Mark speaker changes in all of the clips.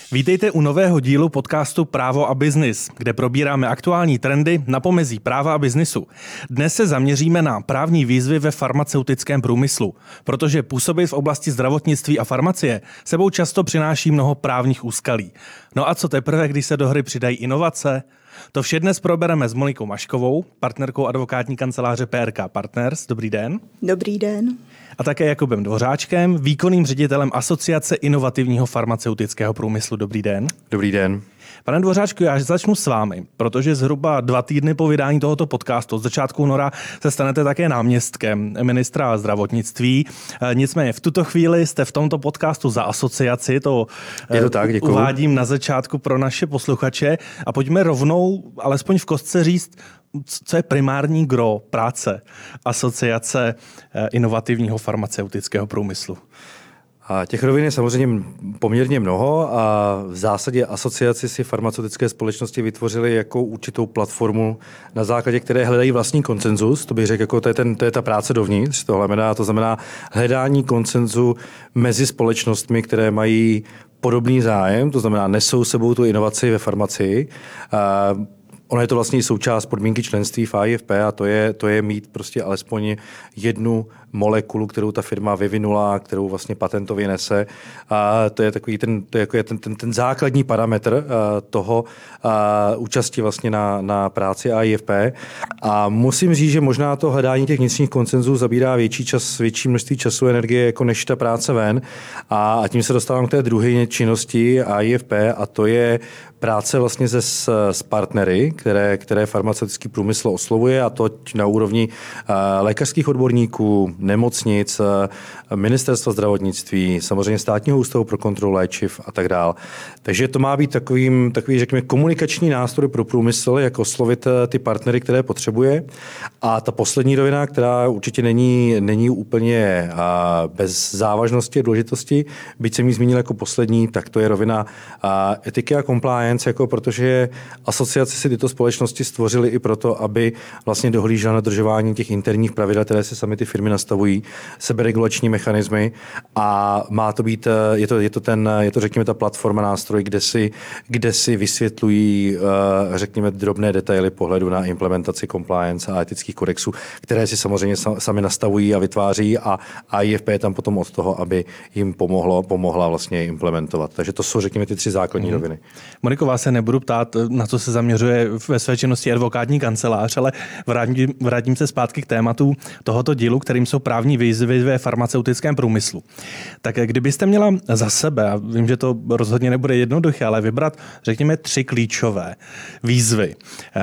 Speaker 1: Vítejte u nového dílu podcastu Právo a biznis, kde probíráme aktuální trendy na pomezí práva a biznisu. Dnes se zaměříme na právní výzvy ve farmaceutickém průmyslu, protože působit v oblasti zdravotnictví a farmacie sebou často přináší mnoho právních úskalí. No a co teprve, když se do hry přidají inovace? To vše dnes probereme s Monikou Maškovou, partnerkou advokátní kanceláře PRK Partners. Dobrý den.
Speaker 2: Dobrý den.
Speaker 1: A také Jakubem Dvořáčkem, výkonným ředitelem Asociace inovativního farmaceutického průmyslu. Dobrý den.
Speaker 3: Dobrý den.
Speaker 1: Pane Dvořáčku, já začnu s vámi, protože zhruba 2 týdny po vydání tohoto podcastu od začátku února se stanete také náměstkem ministra zdravotnictví. Nicméně v tuto chvíli jste v tomto podcastu za asociaci,
Speaker 3: Je to tak, děkuju.
Speaker 1: Uvádím na začátku pro naše posluchače a pojďme rovnou, alespoň v kostce říct, co je primární gro práce Asociace inovativního farmaceutického průmyslu.
Speaker 3: A těch rovin je samozřejmě poměrně mnoho a v zásadě asociaci si farmaceutické společnosti vytvořily jako určitou platformu, na základě které hledají vlastní konsenzus. To bych řekl, jako to je ta práce dovnitř, to znamená hledání konsenzu mezi společnostmi, které mají podobný zájem, to znamená nesou sebou tu inovaci ve farmacii. Ono je to vlastně součást podmínky členství v AIFP a to je mít prostě alespoň jednu molekulu, kterou ta firma vyvinula, kterou vlastně patentově nese. A to je takový ten základní parametr toho účasti vlastně na práci AIFP. A musím říct, že možná to hledání těch vnitřních konsenzů zabírá větší množství času a energie jako než ta práce ven. A tím se dostávám k té druhé činnosti AIFP a to je práce vlastně s partnery, které farmaceutický průmysl oslovuje, a to na úrovni lékařských odborníků, nemocnic, ministerstva zdravotnictví, samozřejmě státního ústavu pro kontrolu léčiv a tak dále. Takže to má být takový, řekněme, komunikační nástroj pro průmysl, jak oslovit ty partnery, které potřebuje. A ta poslední rovina, která určitě není úplně bez závažnosti a důležitosti, byť jsem ji zmínil jako poslední, tak to je rovina etiky a compliance, protože asociace si tyto společnosti stvořily i proto, aby vlastně dohlížela na dodržování těch interních pravidel, které se sami ty firmy nastavují, seberegulační mechanismy, a má to být, je to řekněme ta platforma, nástroj, kde si vysvětlují, řekněme, drobné detaily pohledu na implementaci compliance a etických kodexů, které si samozřejmě sami nastavují a vytváří, a AIFP je tam potom od toho, aby jim pomohla vlastně implementovat. Takže to jsou, řekněme, ty 3 základní roviny.
Speaker 1: Moniko, vás se nebudu ptát, na co se zaměřuje ve své činnosti advokátní kancelář, ale vrátím se zpátky k tématu tohoto dílu, kterým jsou právní výzvy ve farmaceutickém průmyslu. Tak kdybyste měla za sebe, a vím, že to rozhodně nebude jednoduché, ale vybrat, řekněme, 3 klíčové výzvy,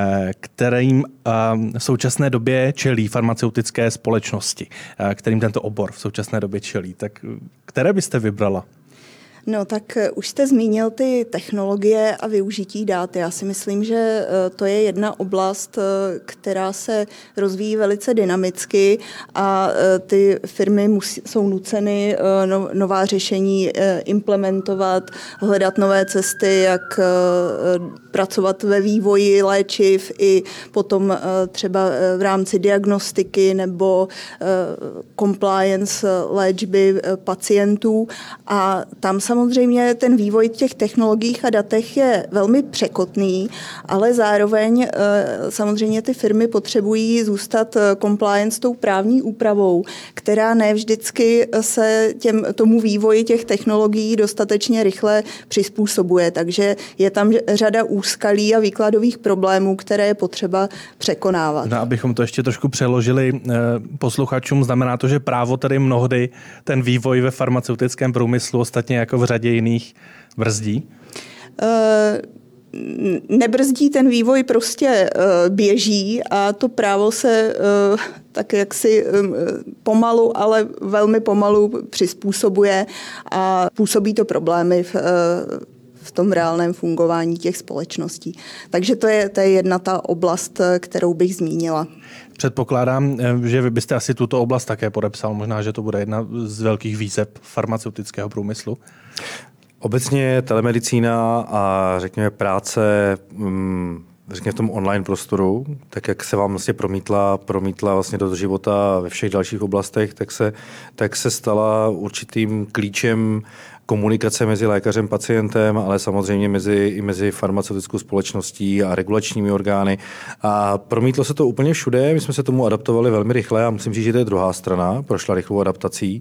Speaker 1: kterým v současné době čelí farmaceutické společnosti, kterým tento obor v současné době čelí, tak které byste vybrala?
Speaker 2: No tak už jste zmínil ty technologie a využití dat. Já si myslím, že to je jedna oblast, která se rozvíjí velice dynamicky a ty firmy jsou nuceny nová řešení implementovat, hledat nové cesty, jak pracovat ve vývoji léčiv i potom třeba v rámci diagnostiky nebo compliance léčby pacientů. A tam samozřejmě ten vývoj těch technologiích a datech je velmi překotný, ale zároveň samozřejmě ty firmy potřebují zůstat compliant s tou právní úpravou, která ne vždycky se tomu vývoji těch technologií dostatečně rychle přizpůsobuje. Takže je tam řada úskalí a výkladových problémů, které je potřeba překonávat.
Speaker 1: No, abychom to ještě trošku přeložili posluchačům, znamená to, že právo tedy mnohdy ten vývoj ve farmaceutickém průmyslu, ostatně jako v řadě jiných, brzdí?
Speaker 2: Nebrzdí, ten vývoj prostě běží a to právo se tak jaksi pomalu, ale velmi pomalu přizpůsobuje a působí to problémy v tom reálném fungování těch společností. Takže to je jedna ta oblast, kterou bych zmínila.
Speaker 1: Předpokládám, že vy byste asi tuto oblast také podepsal. Možná, že to bude jedna z velkých výzev farmaceutického průmyslu.
Speaker 3: Obecně telemedicína a řekněme práce řekněme v tom online prostoru, tak jak se vám vlastně promítla vlastně do života ve všech dalších oblastech, tak se stala určitým klíčem komunikace mezi lékařem, pacientem, ale samozřejmě i mezi farmaceutickou společností a regulačními orgány. A promítlo se to úplně všude, my jsme se tomu adaptovali velmi rychle a musím říct, že to je druhá strana, prošla rychlou adaptací.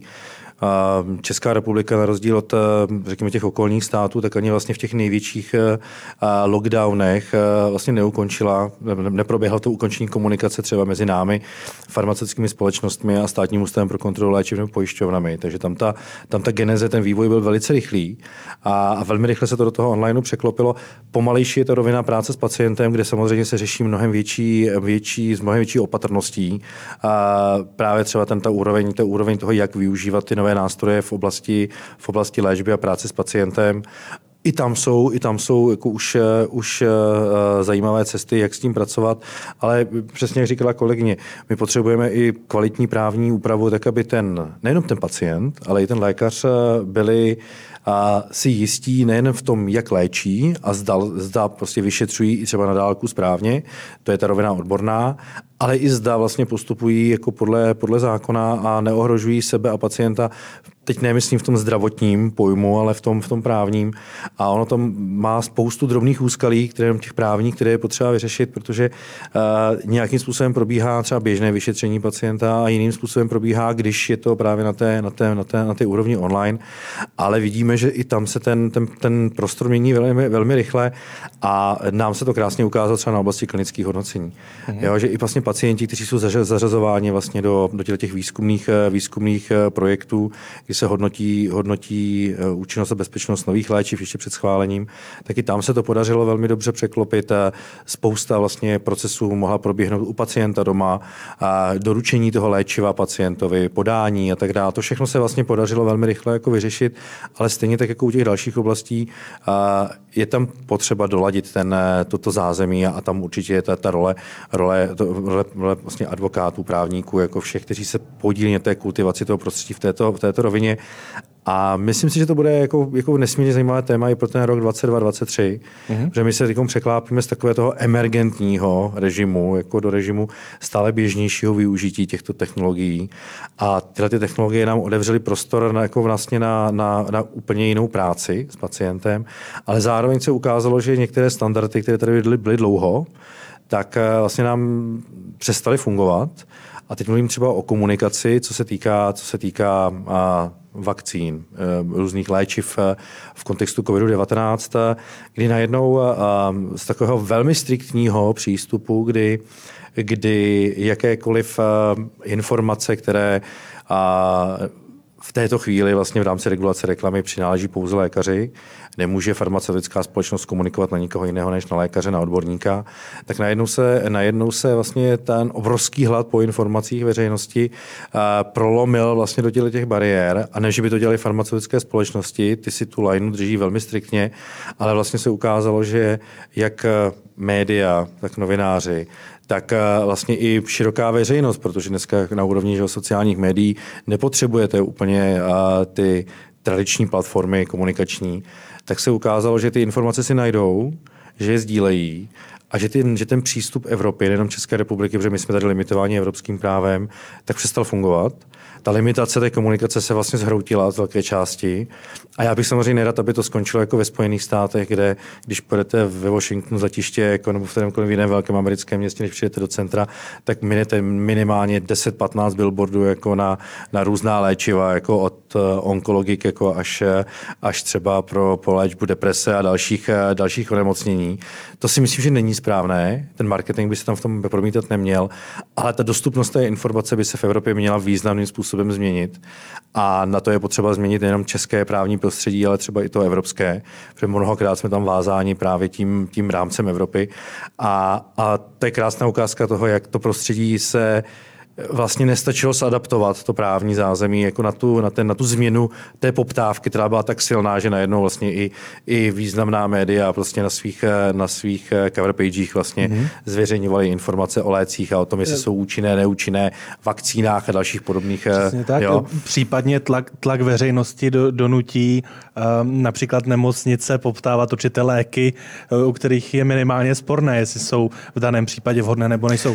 Speaker 3: Česká republika na rozdíl od, řekněme, těch okolních států, tak ani vlastně v těch největších lockdownech vlastně neproběhlo to ukončení komunikace třeba mezi námi, farmaceutickými společnostmi a Státním ústavem pro kontrolu léčiv nebo pojišťovnami. Takže tam ta geneze, ten vývoj byl velice rychlý a velmi rychle se to do toho online překlopilo. Pomalejší je to rovina práce s pacientem, kde samozřejmě se řeší mnohem větší opatrností. A právě třeba ta úroveň toho, jak využívat ty nové nástroje v oblasti léčby a práce s pacientem. I tam jsou jako už zajímavé cesty, jak s tím pracovat, ale přesně jak říkala kolegyně, my potřebujeme i kvalitní právní úpravu, tak aby nejenom ten pacient, ale i ten lékař byli si jistí nejen v tom, jak léčí a zda prostě vyšetřují i třeba na dálku správně, to je ta rovina odborná, ale i zda vlastně postupují jako podle zákona a neohrožují sebe a pacienta. Teď nemyslím v tom zdravotním pojmu, ale v tom právním. A ono tam má spoustu drobných úskalí, těch právních, které je potřeba vyřešit, protože nějakým způsobem probíhá třeba běžné vyšetření pacienta a jiným způsobem probíhá, když je to právě na té úrovni online. Ale vidíme, že i tam se ten prostor mění velmi, velmi rychle a nám se to krásně ukázalo třeba na oblasti klinických hodnocení. Jo, že i vlastně pacienti, kteří jsou zařazováni vlastně do těch výzkumných projektů, kdy se hodnotí účinnost a bezpečnost nových léčiv ještě před schválením, tak i tam se to podařilo velmi dobře překlopit. Spousta vlastně procesů mohla proběhnout u pacienta doma, doručení toho léčiva pacientovi, podání a tak dále. To všechno se vlastně podařilo velmi rychle jako vyřešit, ale stejně tak jako u těch dalších oblastí je tam potřeba doladit toto zázemí a tam určitě je ta role vlastně advokátů, právníků, jako všech, kteří se podílí na té kultivaci toho prostředí v této rovině. A myslím si, že to bude jako nesmírně zajímavé téma i pro ten rok 2022-2023, protože my se teď překlápíme z takového toho emergentního režimu, jako do režimu stále běžnějšího využití těchto technologií. A tyhle ty technologie nám otevřely prostor na úplně jinou práci s pacientem, ale zároveň se ukázalo, že některé standardy, které tady byly dlouho, tak vlastně nám přestaly fungovat. A teď mluvím třeba o komunikaci, co se týká vakcín, různých léčiv v kontextu COVID-19, kdy najednou z takového velmi striktního přístupu, kdy jakékoliv informace, které v této chvíli vlastně v rámci regulace reklamy přináleží pouze lékaři, nemůže farmaceutická společnost komunikovat na nikoho jiného než na lékaře, na odborníka, tak najednou se vlastně ten obrovský hlad po informacích veřejnosti prolomil vlastně do těch bariér a ne, že by to dělali farmaceutické společnosti, ty si tu lineu drží velmi striktně, ale vlastně se ukázalo, že jak média, tak novináři, tak vlastně i široká veřejnost, protože dneska na úrovni sociálních médií nepotřebujete úplně ty tradiční platformy komunikační, tak se ukázalo, že ty informace si najdou, že je sdílejí a že ten přístup Evropy, nejenom České republiky, protože my jsme tady limitováni evropským právem, tak přestal fungovat. Ta limitace té komunikace se vlastně zhroutila z velké části. A já bych samozřejmě nerad, aby to skončilo jako ve Spojených státech, kde když pojedete ve Washingtonu zatiště jako nebo v kterémkoliv jiném velkém americkém městě, než přijdete do centra, tak minete minimálně 10-15 billboardů jako na různá léčiva, jako od onkologik jako až třeba pro léčbu deprese a dalších onemocnění. To si myslím, že není správné. Ten marketing by se tam v tom promítat neměl, ale ta dostupnost té informace by se v Evropě měla významným způsobem změnit. A na to je potřeba změnit nejenom české právní prostředí, ale třeba i to evropské, protože mnohokrát jsme tam vázáni právě tím rámcem Evropy. A to je krásná ukázka toho, jak to prostředí se vlastně nestačilo se adaptovat to právní zázemí jako na tu změnu té poptávky, která byla tak silná, že najednou vlastně i významná média vlastně na svých cover pagech vlastně zveřejňovaly informace o lécích a o tom, jestli jsou účinné, neúčinné, vakcínách a dalších podobných.
Speaker 1: Tak, případně tlak veřejnosti donutí například nemocnice poptávat určité léky, u kterých je minimálně sporné, jestli jsou v daném případě vhodné nebo nejsou.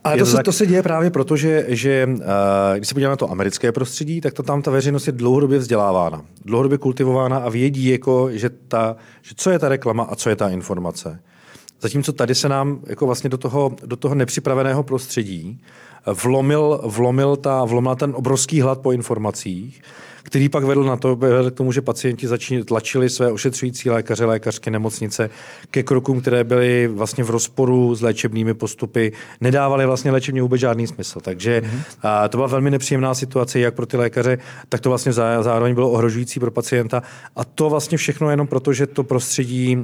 Speaker 3: A to se děje právě proto, že když se podíváme na to americké prostředí, tak to tam ta veřejnost je dlouhodobě vzdělávána, dlouhodobě kultivována a vědí, jako, že co je ta reklama a co je ta informace. Zatímco tady se nám jako vlastně do toho nepřipraveného prostředí vlomil ten obrovský hlad po informacích, který pak vedl k tomu, že pacienti tlačili své ošetřující lékaře, lékařky, nemocnice ke krokům, které byly vlastně v rozporu s léčebnými postupy, nedávaly vlastně léčebně vůbec žádný smysl. Takže to byla velmi nepříjemná situace jak pro ty lékaře, tak to vlastně zároveň bylo ohrožující pro pacienta. A to vlastně všechno jenom proto, že to prostředí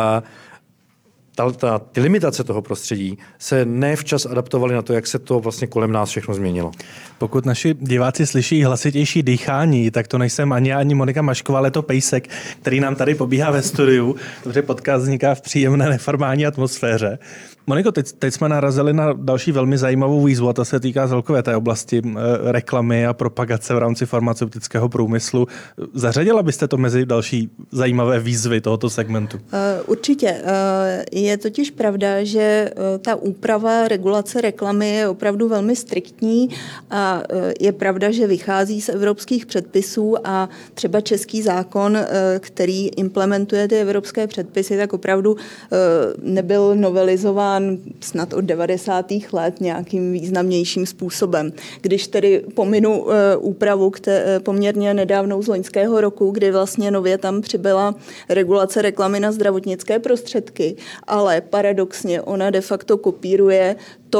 Speaker 3: ty limitace toho prostředí se ne včas adaptovaly na to, jak se to vlastně kolem nás všechno změnilo.
Speaker 1: Pokud naši diváci slyší hlasitější dýchání, tak to nejsem ani Monika Mašková, ale to pejsek, který nám tady pobíhá ve studiu, protože podcast vzniká v příjemné neformální atmosféře. Moniko, teď jsme narazili na další velmi zajímavou výzvu a ta se týká celkové té oblasti reklamy a propagace v rámci farmaceutického průmyslu. Zařadila byste to mezi další zajímavé výzvy tohoto segmentu?
Speaker 2: Určitě. Je totiž pravda, že ta úprava regulace reklamy je opravdu velmi striktní a je pravda, že vychází z evropských předpisů a třeba český zákon, který implementuje ty evropské předpisy, tak opravdu nebyl novelizován snad od 90. let nějakým významnějším způsobem. Když tedy pominu úpravu poměrně nedávnou z loňského roku, kdy vlastně nově tam přibyla regulace reklamy na zdravotnické prostředky, ale paradoxně ona de facto kopíruje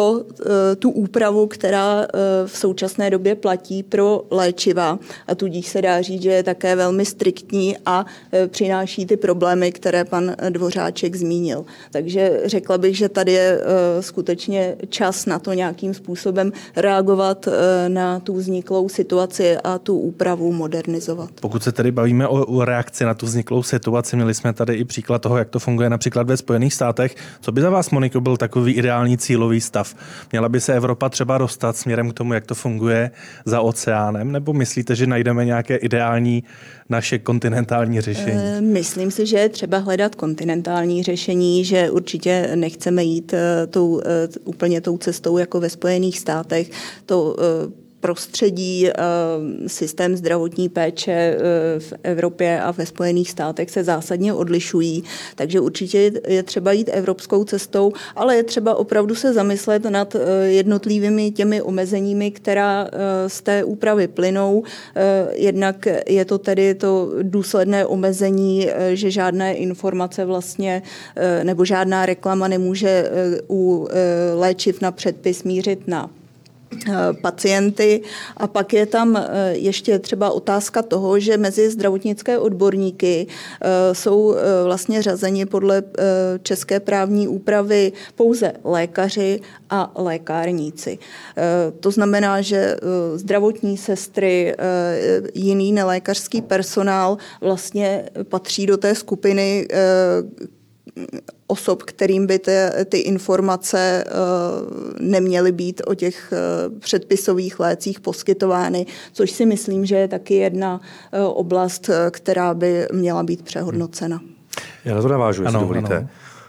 Speaker 2: tu úpravu, která v současné době platí pro léčiva a tudíž se dá říct, že je také velmi striktní a přináší ty problémy, které pan Dvořáček zmínil. Takže řekla bych, že tady je skutečně čas na to nějakým způsobem reagovat na tu vzniklou situaci a tu úpravu modernizovat.
Speaker 1: Pokud se tedy bavíme o reakci na tu vzniklou situaci, měli jsme tady i příklad toho, jak to funguje například ve Spojených státech. Co by za vás, Moniko, byl takový ideální cílový stav? Měla by se Evropa třeba dostat směrem k tomu, jak to funguje za oceánem, nebo myslíte, že najdeme nějaké ideální naše kontinentální řešení?
Speaker 2: Myslím si, že je třeba hledat kontinentální řešení, že určitě nechceme jít úplně tou cestou jako ve Spojených státech. To prostředí, systém zdravotní péče v Evropě a ve Spojených státech se zásadně odlišují, takže určitě je třeba jít evropskou cestou, ale je třeba opravdu se zamyslet nad jednotlivými těmi omezeními, která z té úpravy plynou. Jednak je to tedy to důsledné omezení, že žádné informace vlastně nebo žádná reklama nemůže u léčiv na předpis mířit na pacienty. A pak je tam ještě třeba otázka toho, že mezi zdravotnické odborníky jsou vlastně řazeni podle české právní úpravy pouze lékaři a lékárníci. To znamená, že zdravotní sestry, jiný nelékařský personál vlastně patří do té skupiny osob, kterým by ty informace neměly být o těch předpisových lécích poskytovány, což si myslím, že je taky jedna oblast, která by měla být přehodnocena.
Speaker 3: Já na to navážu, jestli dovolíte.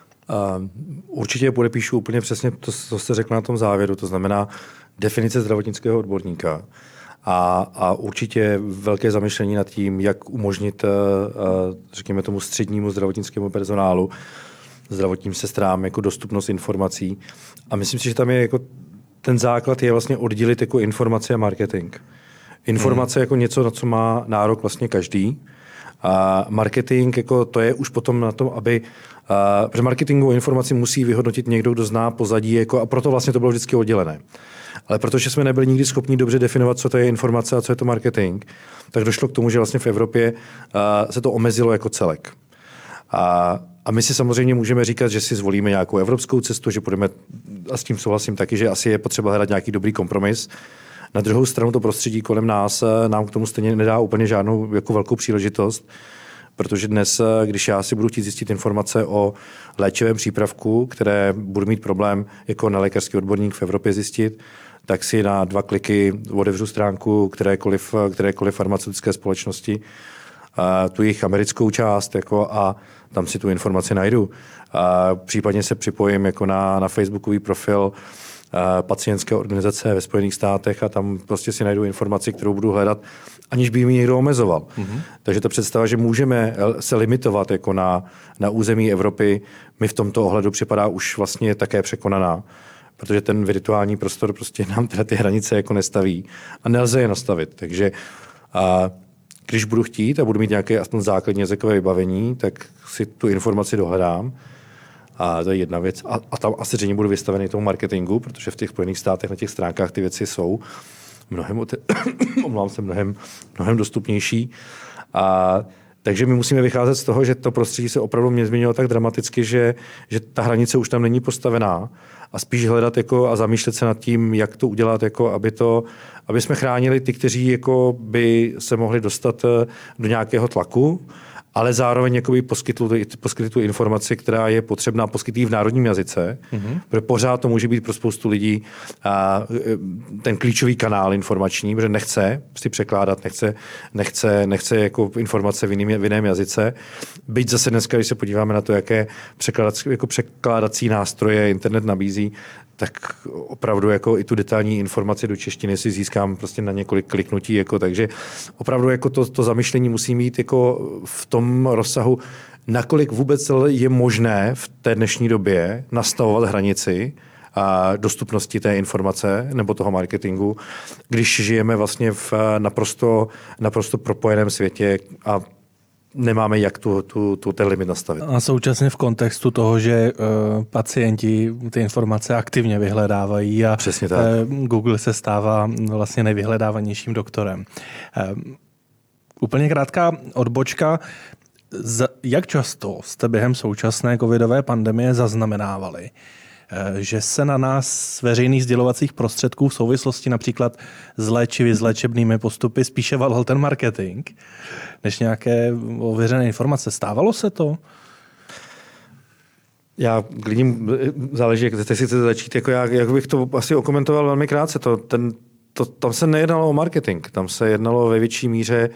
Speaker 3: Určitě podepíšu úplně přesně to, co jste řekl na tom závěru, to znamená definice zdravotnického odborníka. A určitě velké zamyšlení nad tím, jak umožnit, řekněme tomu, střednímu zdravotnickému personálu, zdravotním sestrám jako dostupnost informací. A myslím si, že tam je jako ten základ je vlastně oddělit jako informace a marketing. Informace jako něco, na co má nárok vlastně každý. A marketing jako to je už potom na tom, aby protože marketingovou informaci musí vyhodnotit někdo, kdo zná pozadí, jako, a proto vlastně to bylo vždycky oddělené. Ale protože jsme nebyli nikdy schopni dobře definovat, co to je informace a co je to marketing, tak došlo k tomu, že vlastně v Evropě se to omezilo jako celek. A my si samozřejmě můžeme říkat, že si zvolíme nějakou evropskou cestu, že půjdeme, a s tím souhlasím taky, že asi je potřeba hledat nějaký dobrý kompromis. Na druhou stranu to prostředí kolem nás nám k tomu stejně nedá úplně žádnou jako velkou příležitost, protože dnes, když já si budu chtít zjistit informace o léčivém přípravku, které budu mít problém jako nelékařský odborník v Evropě zjistit, tak si na 2 kliky otevřu stránku kterékoliv farmaceutické společnosti, tu jejich americkou část jako, a tam si tu informaci najdu. Případně se připojím jako na facebookový profil pacientské organizace ve Spojených státech a tam prostě si najdu informaci, kterou budu hledat, aniž by mi někdo omezoval. Takže ta představa, že můžeme se limitovat jako na území Evropy, mi v tomto ohledu připadá už vlastně také překonaná. Protože ten virtuální prostor prostě nám teda ty hranice jako nestaví a nelze je nastavit. Takže když budu chtít a budu mít nějaké aspoň základní jazykové vybavení, tak si tu informaci dohledám. A to je jedna věc. A tam asi zřejmě budu vystavený tomu marketingu, protože v těch Spojených státech na těch stránkách ty věci jsou mnohem dostupnější. Takže my musíme vycházet z toho, že to prostředí se opravdu mě změnilo tak dramaticky, že ta hranice už tam není postavená a spíš hledat jako a zamýšlet se nad tím, jak to udělat, jako aby jsme chránili ty, kteří jako by se mohli dostat do nějakého tlaku, ale zároveň jakoby poskytli tu informaci, která je potřebná, poskytí v národním jazyce, protože pořád to může být pro spoustu lidí ten klíčový kanál informační, protože nechce si překládat, nechce jako informace v jiném jazyce. Byť zase dneska, když se podíváme na to, jaké překládací nástroje internet nabízí, tak opravdu jako i tu detailní informaci do češtiny si získám prostě na několik kliknutí. Jako, takže opravdu jako to zamyšlení musí mít jako v tom rozsahu, nakolik vůbec je možné v té dnešní době nastavovat hranici a dostupnosti té informace nebo toho marketingu, když žijeme vlastně v naprosto propojeném světě a nemáme jak ten limit nastavit.
Speaker 1: A současně v kontextu toho, že pacienti ty informace aktivně vyhledávají a
Speaker 3: přesně tak.
Speaker 1: Google se stává vlastně nejvyhledávanějším doktorem. Úplně krátká odbočka. Jak často jste během současné covidové pandemie zaznamenávali, že se na nás z veřejných sdělovacích prostředků v souvislosti například s léčivy, s léčebnými postupy spíše valil ten marketing, než nějaké ověřené informace? Stávalo se to?
Speaker 3: Já klidně záleží, jak si chcete začít. Jako jak bych to asi okomentoval velmi krátce. Tam se nejednalo o marketing, tam se jednalo ve větší míře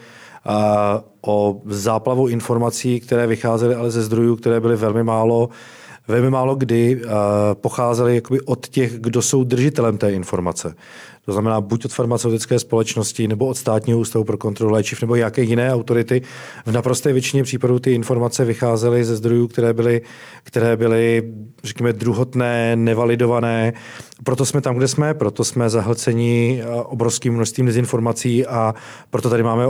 Speaker 3: o záplavu informací, které vycházely ale ze zdrojů, které byly velmi málo kdy pocházely jakoby od těch, kdo jsou držitelem té informace. To znamená buď od farmaceutické společnosti, nebo od Státního ústavu pro kontrolu léčiv, nebo jaké jiné autority. V naprosté většině případů ty informace vycházely ze zdrojů, které byly, řekněme, druhotné, nevalidované. Proto jsme tam, kde jsme, proto jsme zahlceni obrovským množstvím dezinformací a proto tady máme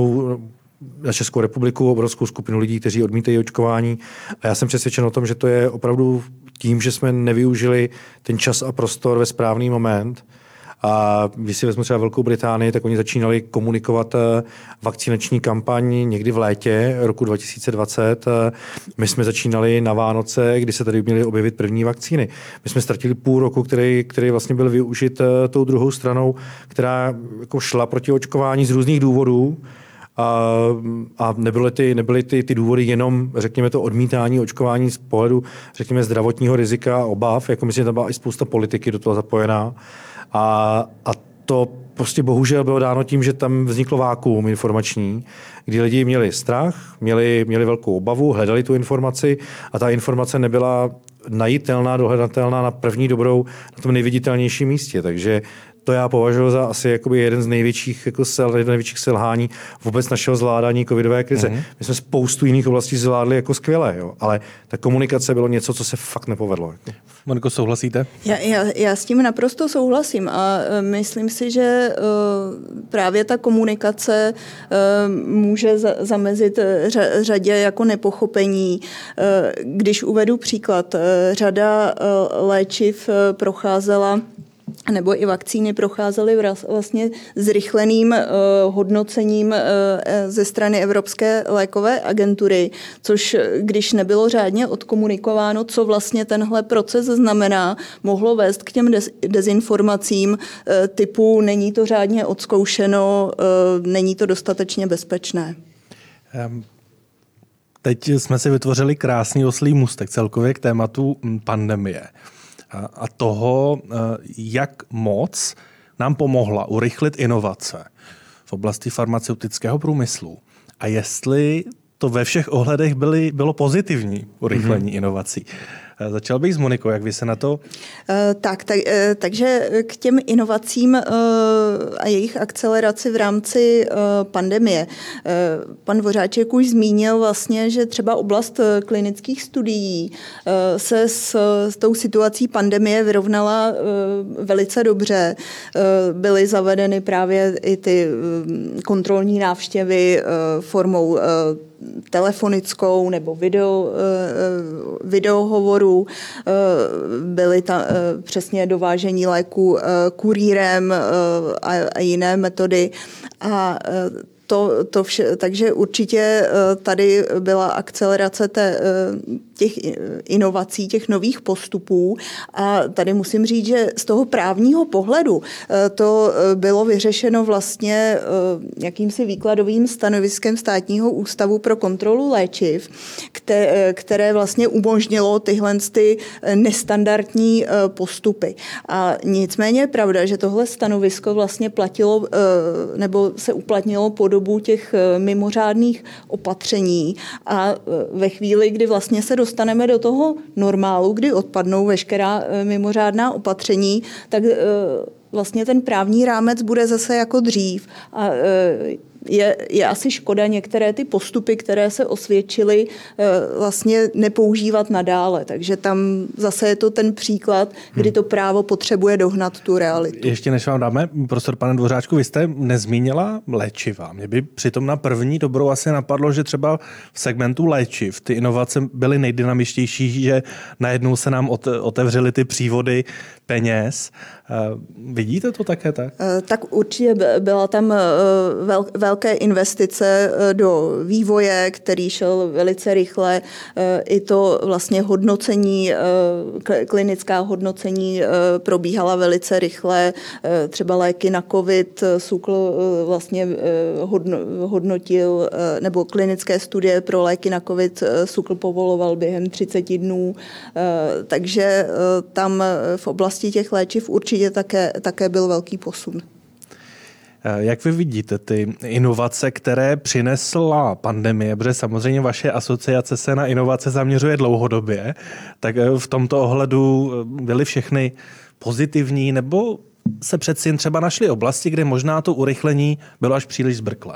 Speaker 3: na Českou republiku obrovskou skupinu lidí, kteří odmítají očkování. A já jsem přesvědčen o tom, že to je opravdu tím, že jsme nevyužili ten čas a prostor ve správný moment. A když si vezmu třeba Velkou Británii, tak oni začínali komunikovat vakcinační kampaň někdy v létě roku 2020. My jsme začínali na Vánoce, kdy se tady měly objevit první vakcíny. My jsme ztratili půl roku, který vlastně byl využit tou druhou stranou, která jako šla proti očkování z různých důvodů. A nebyly ty důvody jenom, řekněme, to odmítání očkování z pohledu, řekněme, zdravotního rizika a obav, jako myslím, že tam byla i spousta politiky do toho zapojená. A to prostě bohužel bylo dáno tím, že tam vzniklo vákuum informační, kdy lidi měli strach, měli velkou obavu, hledali tu informaci a ta informace nebyla najitelná, dohledatelná na první dobrou, na tom nejviditelnějším místě. Takže to já považuji za asi jakoby jeden z největších selhání vůbec našeho zvládání covidové krize. My jsme spoustu jiných oblastí zvládli jako skvěle, jo, ale ta komunikace bylo něco, co se fakt nepovedlo. Jako.
Speaker 1: Moniko, souhlasíte?
Speaker 2: Já s tím naprosto souhlasím a myslím si, že právě ta komunikace může zamezit řadě jako nepochopení. Když uvedu příklad, řada léčiv procházela nebo i vakcíny procházely vlastně zrychleným hodnocením ze strany Evropské lékové agentury, což když nebylo řádně odkomunikováno, co vlastně tenhle proces znamená, mohlo vést k těm dezinformacím typu není to řádně odzkoušeno, není to dostatečně bezpečné.
Speaker 1: Teď jsme si vytvořili krásný oslí můstek celkově k tématu pandemie a toho, jak moc nám pomohla urychlit inovace v oblasti farmaceutického průmyslu a jestli to ve všech ohledech bylo pozitivní urychlení inovací. Začal bych s Monikou, jak vy se na to...
Speaker 2: Takže k těm inovacím a jejich akceleraci v rámci pandemie. Pan Dvořáček už zmínil vlastně, že třeba oblast klinických studií se s tou situací pandemie vyrovnala velice dobře. Byly zavedeny právě i ty kontrolní návštěvy formou telefonickou nebo videohovorů, byly tam přesně dovážení léků kurýrem a jiné metody. A takže určitě tady byla akcelerace těch inovací, těch nových postupů a tady musím říct, že z toho právního pohledu to bylo vyřešeno vlastně jakýmsi výkladovým stanoviskem Státního ústavu pro kontrolu léčiv, které vlastně umožnilo tyhle nestandardní postupy. A nicméně je pravda, že tohle stanovisko vlastně platilo nebo se uplatnilo po dobu těch mimořádných opatření a ve chvíli, kdy vlastně se dostaneme do toho normálu, kdy odpadnou veškerá mimořádná opatření, tak vlastně ten právní rámec bude zase jako dřív. A je asi škoda některé ty postupy, které se osvědčily, vlastně nepoužívat nadále. Takže tam zase je to ten příklad, kdy to právo potřebuje dohnat tu realitu.
Speaker 1: Ještě než vám dáme prostor, pane Dvořáčku, vy jste nezmínila léčiva. Mě by přitom na první dobrou asi napadlo, že třeba v segmentu léčiv ty inovace byly nejdynamičtější, že najednou se nám otevřely ty přívody peněz. Vidíte to také tak?
Speaker 2: Tak určitě byla tam velké investice do vývoje, který šel velice rychle. I to vlastně hodnocení, klinická hodnocení probíhala velice rychle. Třeba léky na COVID SÚKL vlastně hodnotil, nebo klinické studie pro léky na COVID SÚKL povoloval během 30 dnů. Takže tam v oblasti těch léčiv určitě také byl velký posun.
Speaker 1: Jak vy vidíte ty inovace, které přinesla pandemie, protože samozřejmě vaše asociace se na inovace zaměřuje dlouhodobě, tak v tomto ohledu byly všechny pozitivní, nebo se přeci jen třeba našly oblasti, kde možná to urychlení bylo až příliš zbrklé?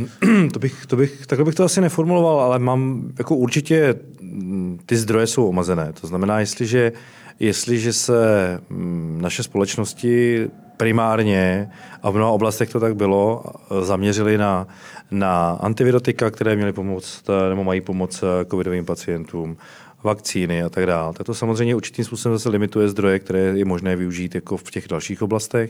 Speaker 3: Takhle bych to asi neformuloval, ale mám jako určitě ty zdroje jsou omezené. To znamená, jestliže se naše společnosti primárně, a v mnoha oblastech to tak bylo, zaměřili na antivirotika, které měly pomoct nebo mají pomoct covidovým pacientům, vakcíny a tak dále. Tak to samozřejmě určitým způsobem zase limituje zdroje, které je možné využít jako v těch dalších oblastech.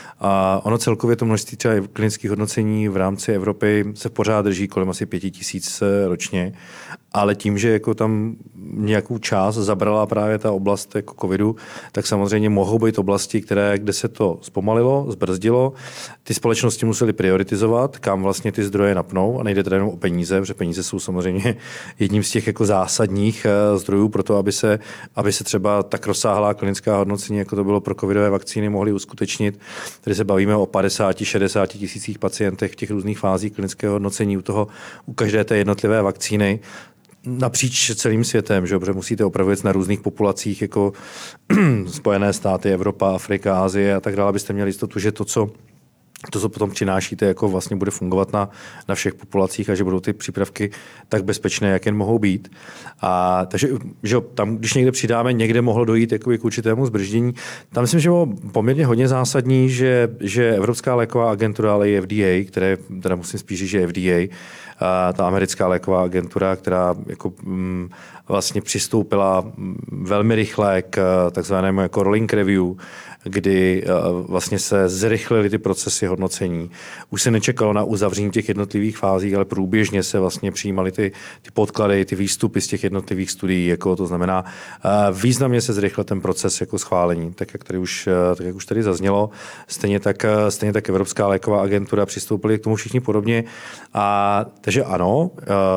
Speaker 3: A ono celkově to množství třeba klinických hodnocení v rámci Evropy se pořád drží kolem asi 5 000 ročně, ale tím, že jako tam nějakou část zabrala právě ta oblast jako covidu, tak samozřejmě mohou být oblasti, kde se to zpomalilo, zbrzdilo. Ty společnosti musely prioritizovat, kam vlastně ty zdroje napnou a nejde teda jenom o peníze, protože peníze jsou samozřejmě jedním z těch jako zásadních zdrojů pro to, aby se třeba tak rozsáhlá klinická hodnocení, jako to bylo pro covidové vakcíny, mohly uskutečnit. Tady se bavíme o 50-60 tisících pacientech v těch různých fázích klinického hodnocení u každé té jednotlivé vakcíny napříč celým světem, že? Protože musíte opravdu jít na různých populacích, jako Spojené státy, Evropa, Afrika, Asie a tak dále, abyste měli jistotu, že to, co potom přinášíte, jako vlastně bude fungovat na všech populacích a že budou ty přípravky tak bezpečné, jak jen mohou být. A takže že tam, když někde přidáme, někde mohlo dojít jako k určitému zbrždění. Tam myslím, že bylo poměrně hodně zásadní, že Evropská léková agentura, ale i FDA, které teda musím spíš říct, že FDA, ta americká léková agentura, která jako vlastně přistoupila velmi rychle k takzvanému jako rolling review, kdy vlastně se zrychlily ty procesy hodnocení. Už se nečekalo na uzavření těch jednotlivých fází, ale průběžně se vlastně přijímaly ty podklady, ty výstupy z těch jednotlivých studií. Jako to znamená, významně se zrychlil ten proces jako schválení, tak jak už tady zaznělo. Stejně tak Evropská léková agentura přistoupili k tomu všichni podobně. Takže ano,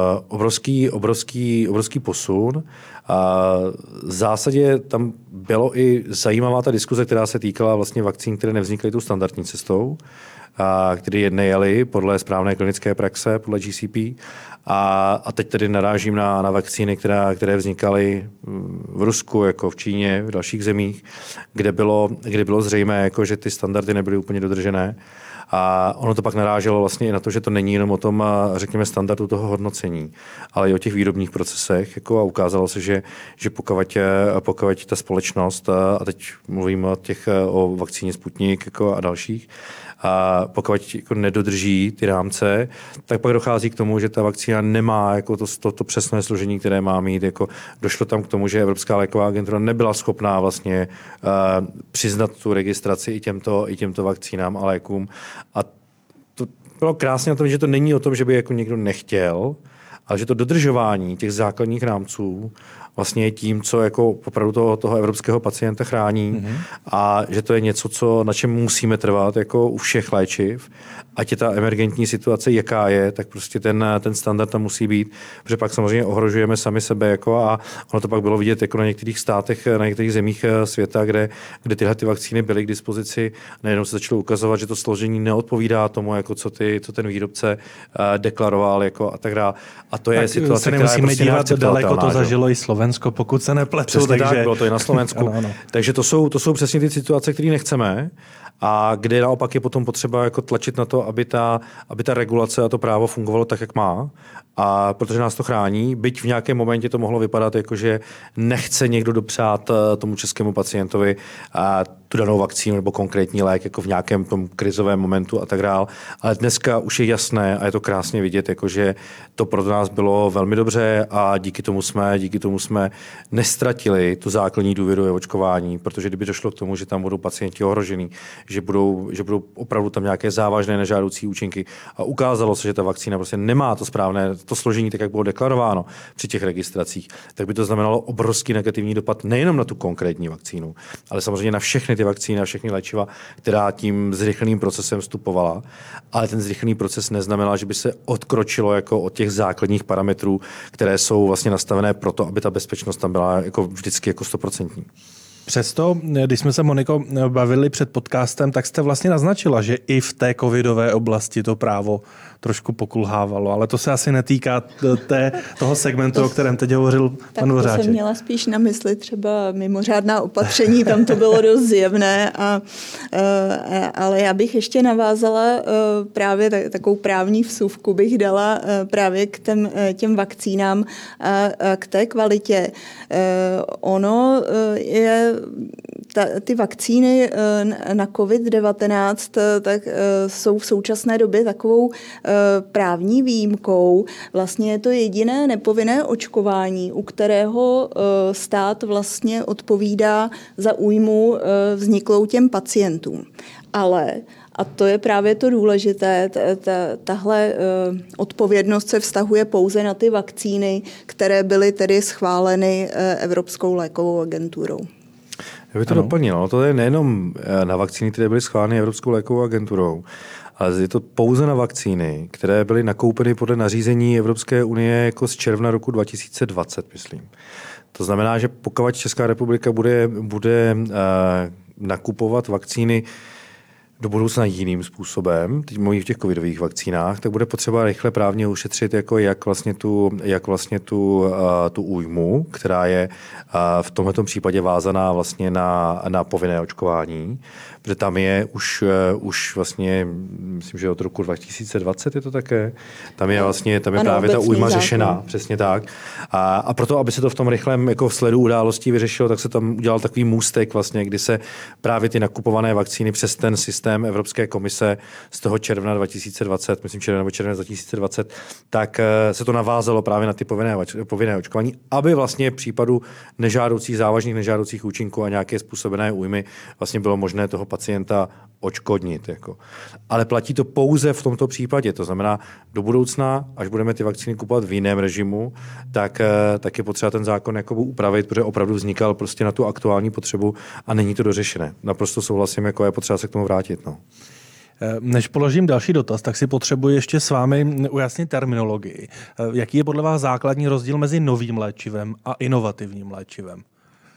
Speaker 3: obrovský posun. V zásadě tam bylo i zajímavá ta diskuze, která se týkala vlastně vakcín, které nevznikaly tou standardní cestou, kteří je nejeli podle správné klinické praxe, podle GCP. A teď tedy narážím na vakcíny, které vznikaly v Rusku, jako v Číně, v dalších zemích, kde bylo zřejmé, jako, že ty standardy nebyly úplně dodržené. A ono to pak naráželo vlastně i na to, že to není jenom o tom, řekněme, standardu toho hodnocení, ale i o těch výrobních procesech. Jako, a ukázalo se, že pokud ta společnost, a teď mluvím o vakcíně Sputnik jako a dalších, a pokud jako nedodrží ty rámce, tak pak dochází k tomu, že ta vakcína nemá jako to přesné složení, které má mít. Jako došlo tam k tomu, že Evropská léková agentura nebyla schopná vlastně přiznat tu registraci i těmto vakcínám a lékům. A to bylo krásně na tom, že to není o tom, že by jako někdo nechtěl, ale že to dodržování těch základních rámců vlastně je tím, co jako opravdu toho evropského pacienta chrání a že to je něco, na čem musíme trvat jako u všech léčiv. Ať je ta emergentní situace, jaká je, tak prostě ten standard tam musí být, protože pak samozřejmě ohrožujeme sami sebe jako a ono to pak bylo vidět jako na některých státech, na některých zemích světa, kde tyhle ty vakcíny byly k dispozici. Najednou se začalo ukazovat, že to složení neodpovídá tomu, jako co ten výrobce deklaroval jako a tak dále. A to je situace, která je prostě
Speaker 1: dívat daleko, to zažilo i Slovensko, pokud se nepletu.
Speaker 3: Přesně takže... tak, bylo to i na Slovensku. Ano. Takže to jsou přesně ty situace, které nechceme a kde naopak je potom potřeba jako tlačit na to, aby ta regulace a to právo fungovalo tak, jak má. A protože nás to chrání, byť v nějakém momentě to mohlo vypadat jako, že nechce někdo dopřát tomu českému pacientovi tu danou vakcínu nebo konkrétní lék jako v nějakém tom krizovém momentu a tak dále. Ale dneska už je jasné a je to krásně vidět, jako, že to pro nás bylo velmi dobře a díky tomu jsme nestratili tu základní důvěru v očkování, protože kdyby došlo k tomu, že tam budou pacienti ohrožení, že budou opravdu tam nějaké závažné nežádoucí účinky a ukázalo se, že ta vakcína prostě nemá to správné to složení, tak jak bylo deklarováno při těch registracích, tak by to znamenalo obrovský negativní dopad nejenom na tu konkrétní vakcínu, ale samozřejmě na všechny ty vakcíny, na všechny léčiva, která tím zrychleným procesem vstupovala, ale ten zrychlený proces neznamenal, že by se odkročilo jako od těch základních parametrů, které jsou vlastně nastavené proto, aby ta bezpečnost tam byla jako vždycky jako 100%.
Speaker 1: Přesto, když jsme se, Moniko, bavili před podcastem, tak jste vlastně naznačila, že i v té covidové oblasti to právo trošku pokulhávalo, ale to se asi netýká toho segmentu, o kterém teď hovořil pan Dvořáček.
Speaker 2: Tak to jsem měla spíš na mysli třeba mimořádná opatření, tam to bylo dost zjevné, ale já bych ještě navázala právě takovou právní vsuvku bych dala právě k těm vakcínám a k té kvalitě. Ono je ty vakcíny na COVID-19 tak jsou v současné době takovou právní výjimkou. Vlastně je to jediné nepovinné očkování, u kterého stát vlastně odpovídá za újmu vzniklou těm pacientům. Ale a to je právě to důležité. Tahle odpovědnost se vztahuje pouze na ty vakcíny, které byly tedy schváleny Evropskou lékovou agenturou.
Speaker 3: Já bych to doplnil. To je nejenom na vakcíny, které byly schváleny Evropskou lékovou agenturou, ale je to pouze na vakcíny, které byly nakoupeny podle nařízení Evropské unie jako z června roku 2020, myslím. To znamená, že pokud Česká republika bude nakupovat vakcíny do budoucna jiným způsobem, teď mluvím v těch covidových vakcínách, tak bude potřeba rychle právně ušetřit jako jak vlastně tu újmu, která je v tomto případě vázaná vlastně na povinné očkování, protože tam je už vlastně, myslím, že od roku 2020 je to také, tam je právě ta újma řešená, přesně tak. A proto, aby se to v tom rychlém jako sledu událostí vyřešilo, tak se tam udělal takový můstek vlastně, kdy se právě ty nakupované vakcíny přes ten systém Evropské komise z toho června 2020, myslím červenec 2020, tak se to navázalo právě na ty povinné očkování, aby vlastně v případu závažných nežádoucích účinků a nějaké způsobené újmy vlastně bylo možné toho pacienta odškodnit. Jako. Ale platí to pouze v tomto případě. To znamená, do budoucna, až budeme ty vakcíny kupovat v jiném režimu, tak je potřeba ten zákon jako upravit, protože opravdu vznikal prostě na tu aktuální potřebu a není to dořešené. Naprosto souhlasím, jako je potřeba se k tomu vrátit. No.
Speaker 1: Než položím další dotaz, tak si potřebuji ještě s vámi ujasnit terminologii. Jaký je podle vás základní rozdíl mezi novým léčivem a inovativním léčivem?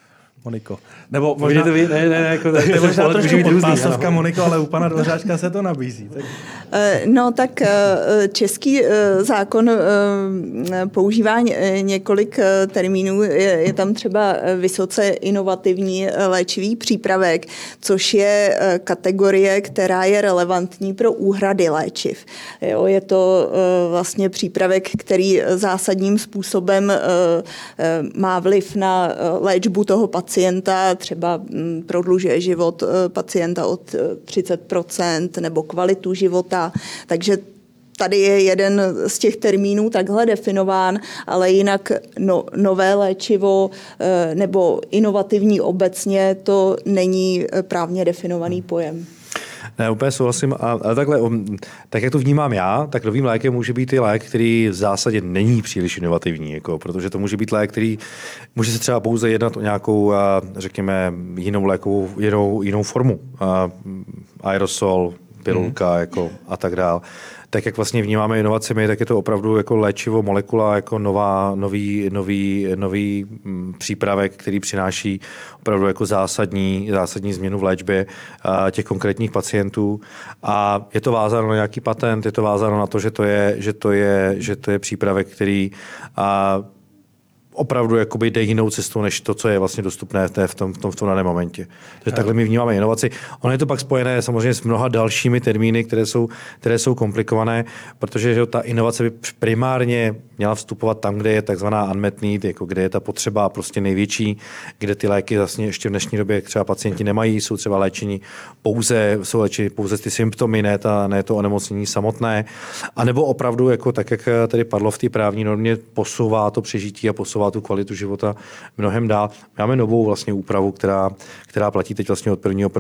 Speaker 1: Moniko. Nebo možná,
Speaker 3: jako,
Speaker 1: to je možná trošku podpásovka, Moniko, ale u pana Dvořáčka se to nabízí. Tak.
Speaker 2: No tak český zákon používá několik termínů. Je tam třeba vysoce inovativní léčivý přípravek, což je kategorie, která je relevantní pro úhrady léčiv. Jo, je to vlastně přípravek, který zásadním způsobem má vliv na léčbu toho pacienta, třeba prodlužuje život pacienta o 30% nebo kvalitu života. Takže tady je jeden z těch termínů takhle definován, ale jinak nové léčivo nebo inovativní obecně to není právně definovaný pojem.
Speaker 3: Ne, úplně souhlasím, ale takhle, tak jak to vnímám já, tak novým lékem může být i lék, který v zásadě není příliš inovativní, jako, protože to může být lék, který může se třeba pouze jednat o nějakou, řekněme, jinou lékovou, jinou formu. Aerosol, pilulka jako, a tak dál. Tak jak vlastně vnímáme inovacemi, tak je to opravdu jako léčivo molekula, jako nový přípravek, který přináší opravdu jako zásadní změnu v léčbě těch konkrétních pacientů. A je to vázáno na nějaký patent, je to vázáno na to, že to je přípravek, který opravdu jakoby jde jinou cestou, než to, co je vlastně dostupné v tom daném momentě. Takže takhle my vnímáme inovaci. Ono je to pak spojené samozřejmě s mnoha dalšími termíny, které jsou komplikované, protože ta inovace by primárně měla vstupovat tam, kde je takzvaná unmet need, jako kde je ta potřeba prostě největší, kde ty léky vlastně ještě v dnešní době třeba pacienti nemají, jsou třeba léčení pouze ty symptomy, ne to onemocnění samotné, a nebo opravdu, jako tak, jak tady padlo v té právní normě, posouvá to přežití a posouvá tu kvalitu života mnohem dál. Máme novou vlastně úpravu, která platí teď vlastně od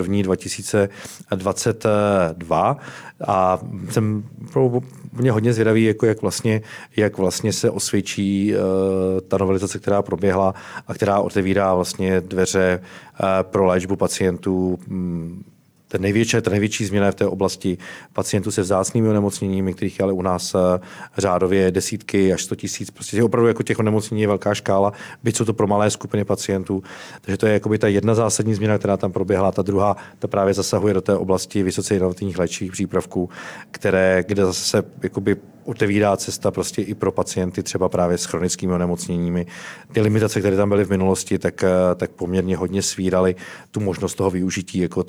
Speaker 3: 1.1.2022 a jsem mě hodně zvědavý, jako jak vlastně se osvědčí ta novelizace, která proběhla a která otevírá vlastně dveře pro léčbu pacientů. Ta největší změna v té oblasti pacientů se vzácnými onemocněními, kterých je ale u nás řádově desítky až 100 000. Prostě opravdu jako těch onemocnění je velká škála, byť jsou to pro malé skupiny pacientů. Takže to je jakoby ta jedna zásadní změna, která tam proběhla. Ta druhá, ta právě zasahuje do té oblasti vysoce inovativních léčivých přípravků, kde zase se jakoby otevírá cesta prostě i pro pacienty třeba právě s chronickými onemocněními. Ty limitace, které tam byly v minulosti, tak poměrně hodně svíraly tu možnost toho využití jako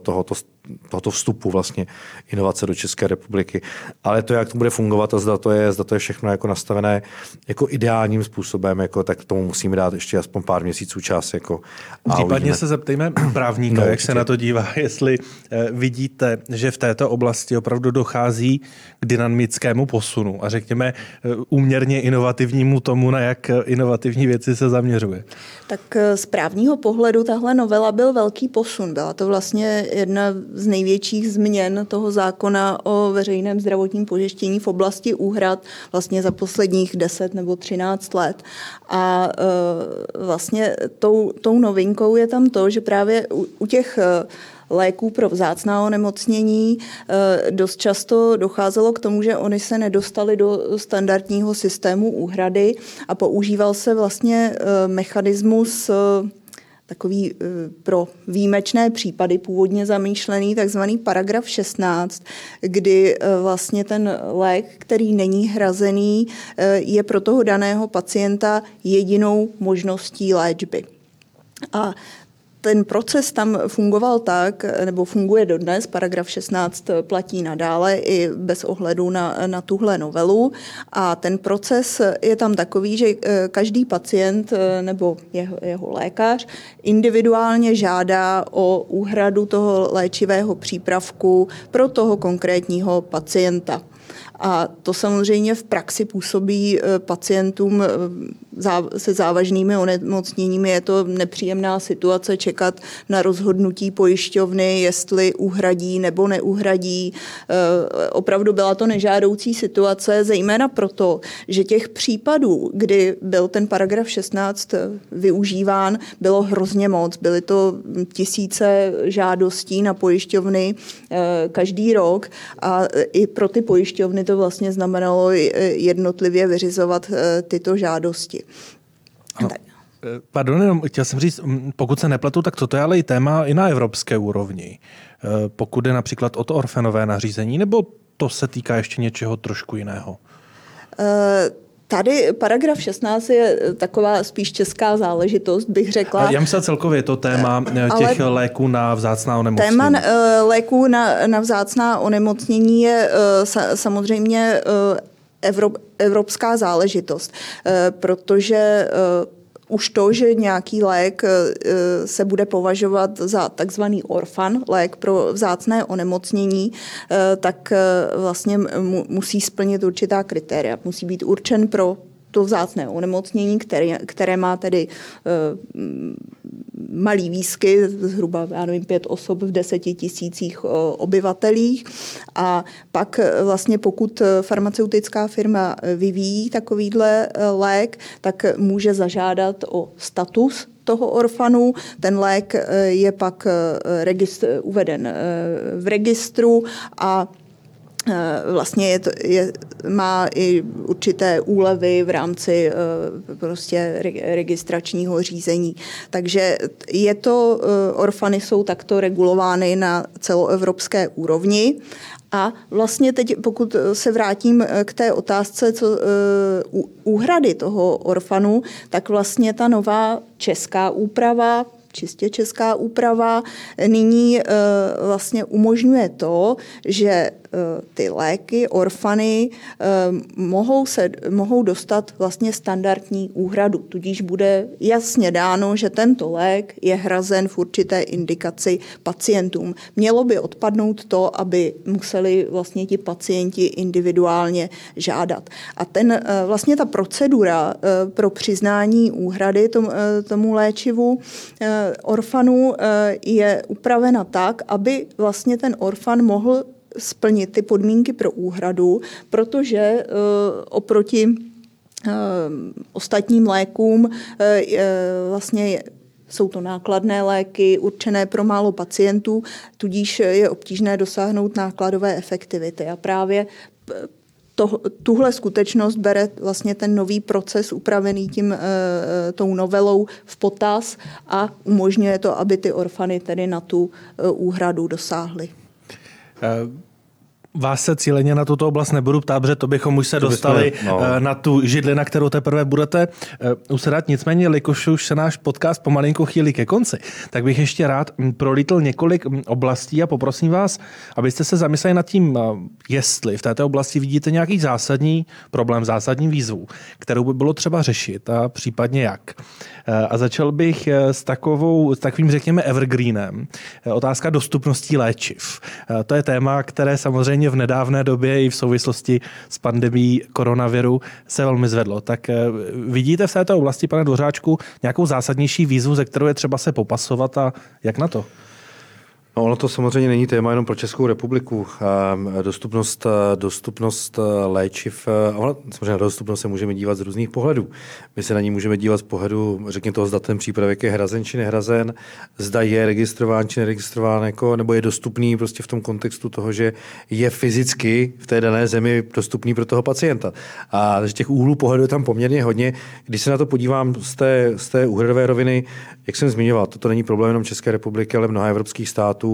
Speaker 3: tohoto vstupu vlastně inovace do České republiky. Ale to, jak to bude fungovat a zda to je všechno jako nastavené jako ideálním způsobem, jako, tak tomu musíme dát ještě aspoň pár měsíců čas. Jako,
Speaker 1: případně se zeptejme právníka, jak se na to dívá, jestli vidíte, že v této oblasti opravdu dochází k dynamickému posunu a řekněme úměrně inovativnímu tomu, na jak inovativní věci se zaměřuje.
Speaker 2: Tak z právního pohledu tahle novela byl velký posun. Byla to vlastně jedna z největších změn toho zákona o veřejném zdravotním pojištění v oblasti úhrad vlastně za posledních 10 nebo 13 let. A vlastně tou novinkou je tam to, že právě u těch léků pro vzácná onemocnění dost často docházelo k tomu, že oni se nedostali do standardního systému úhrady a používal se vlastně mechanismus takový pro výjimečné případy původně zamýšlený, takzvaný paragraf 16, kdy vlastně ten lék, který není hrazený, je pro toho daného pacienta jedinou možností léčby. A ten proces tam fungoval tak, nebo funguje dodnes, paragraf 16 platí nadále i bez ohledu na tuhle novelu. A ten proces je tam takový, že každý pacient nebo jeho lékař individuálně žádá o úhradu toho léčivého přípravku pro toho konkrétního pacienta. A to samozřejmě v praxi působí pacientům se závažnými onemocněními. Je to nepříjemná situace čekat na rozhodnutí pojišťovny, jestli uhradí nebo neuhradí. Opravdu byla to nežádoucí situace, zejména proto, že těch případů, kdy byl ten paragraf 16 využíván, bylo hrozně moc. Byly to tisíce žádostí na pojišťovny každý rok a i pro ty pojišťovny to vlastně znamenalo jednotlivě vyřizovat tyto žádosti.
Speaker 1: No. Pardon, jenom chtěl jsem říct, pokud se nepletu, tak toto je ale i téma i na evropské úrovni. Pokud je například o to orfanové nařízení, nebo to se týká ještě něčeho trošku jiného?
Speaker 2: Tady paragraf 16 je taková spíš česká záležitost, bych řekla.
Speaker 1: Já myslím celkově to téma těch léků na vzácná onemocnění.
Speaker 2: Téma léků na vzácná onemocnění je samozřejmě evropská záležitost, protože už to, že nějaký lék se bude považovat za takzvaný orfan, lék pro vzácné onemocnění, tak vlastně musí splnit určitá kritéria. Musí být určen pro to vzácné onemocnění, které má tedy malý výskyt, zhruba 5 osob v 10 000 obyvatelích. A pak vlastně pokud farmaceutická firma vyvíjí takovýhle lék, tak může zažádat o status toho orfanu. Ten lék je pak uveden v registru a vlastně má i určité úlevy v rámci prostě registračního řízení. Takže orfany jsou takto regulovány na celoevropské úrovni. A vlastně teď, pokud se vrátím k té otázce úhrady toho orfanu, tak vlastně ta nová česká úprava, čistě česká úprava, nyní vlastně umožňuje to, že ty léky, orfany, mohou dostat vlastně standardní úhradu. Tudíž bude jasně dáno, že tento lék je hrazen v určité indikaci pacientům. Mělo by odpadnout to, aby museli vlastně ti pacienti individuálně žádat. A vlastně ta procedura pro přiznání úhrady tomu léčivu orfanů je upravena tak, aby vlastně ten orfan mohl splnit ty podmínky pro úhradu, protože oproti ostatním lékům vlastně jsou to nákladné léky určené pro málo pacientů, tudíž je obtížné dosáhnout nákladové efektivity. A právě tuhle skutečnost bere vlastně ten nový proces upravený tou novelou v potaz a umožňuje to, aby ty orfany tedy na tu úhradu dosáhly.
Speaker 1: Vás se cíleně na tuto oblast nebudu ptát, protože to bychom už se dostali na tu židli, na kterou teprve budete usedat. Nicméně, jelikož už se náš podcast pomalinku chýlí ke konci, tak bych ještě rád prolítl několik oblastí a poprosím vás, abyste se zamysleli nad tím, jestli v této oblasti vidíte nějaký zásadní problém, zásadní výzvu, kterou by bylo třeba řešit a případně jak. A začal bych s takovým, řekněme, evergreenem. Otázka dostupnosti léčiv. To je téma, které samozřejmě v nedávné době i v souvislosti s pandemií koronaviru se velmi zvedlo. Tak vidíte v této oblasti, pane Dvořáčku, nějakou zásadnější výzvu, ze kterou je třeba se popasovat a jak na to?
Speaker 3: No, ono to samozřejmě není téma jenom pro Českou republiku. Dostupnost léčiv, samozřejmě na dostupnost se můžeme dívat z různých pohledů. My se na ní můžeme dívat z pohledu, řekněme toho, zda ten přípravek je hrazen či nehrazen, zda je registrován či neregistrován, nebo je dostupný prostě v tom kontextu toho, že je fyzicky v té dané zemi dostupný pro toho pacienta. A těch úhlů pohledu je tam poměrně hodně. Když se na to podívám z té úhradové roviny, jak jsem zmiňoval, toto není problém jenom České republiky, ale mnoha evropských států.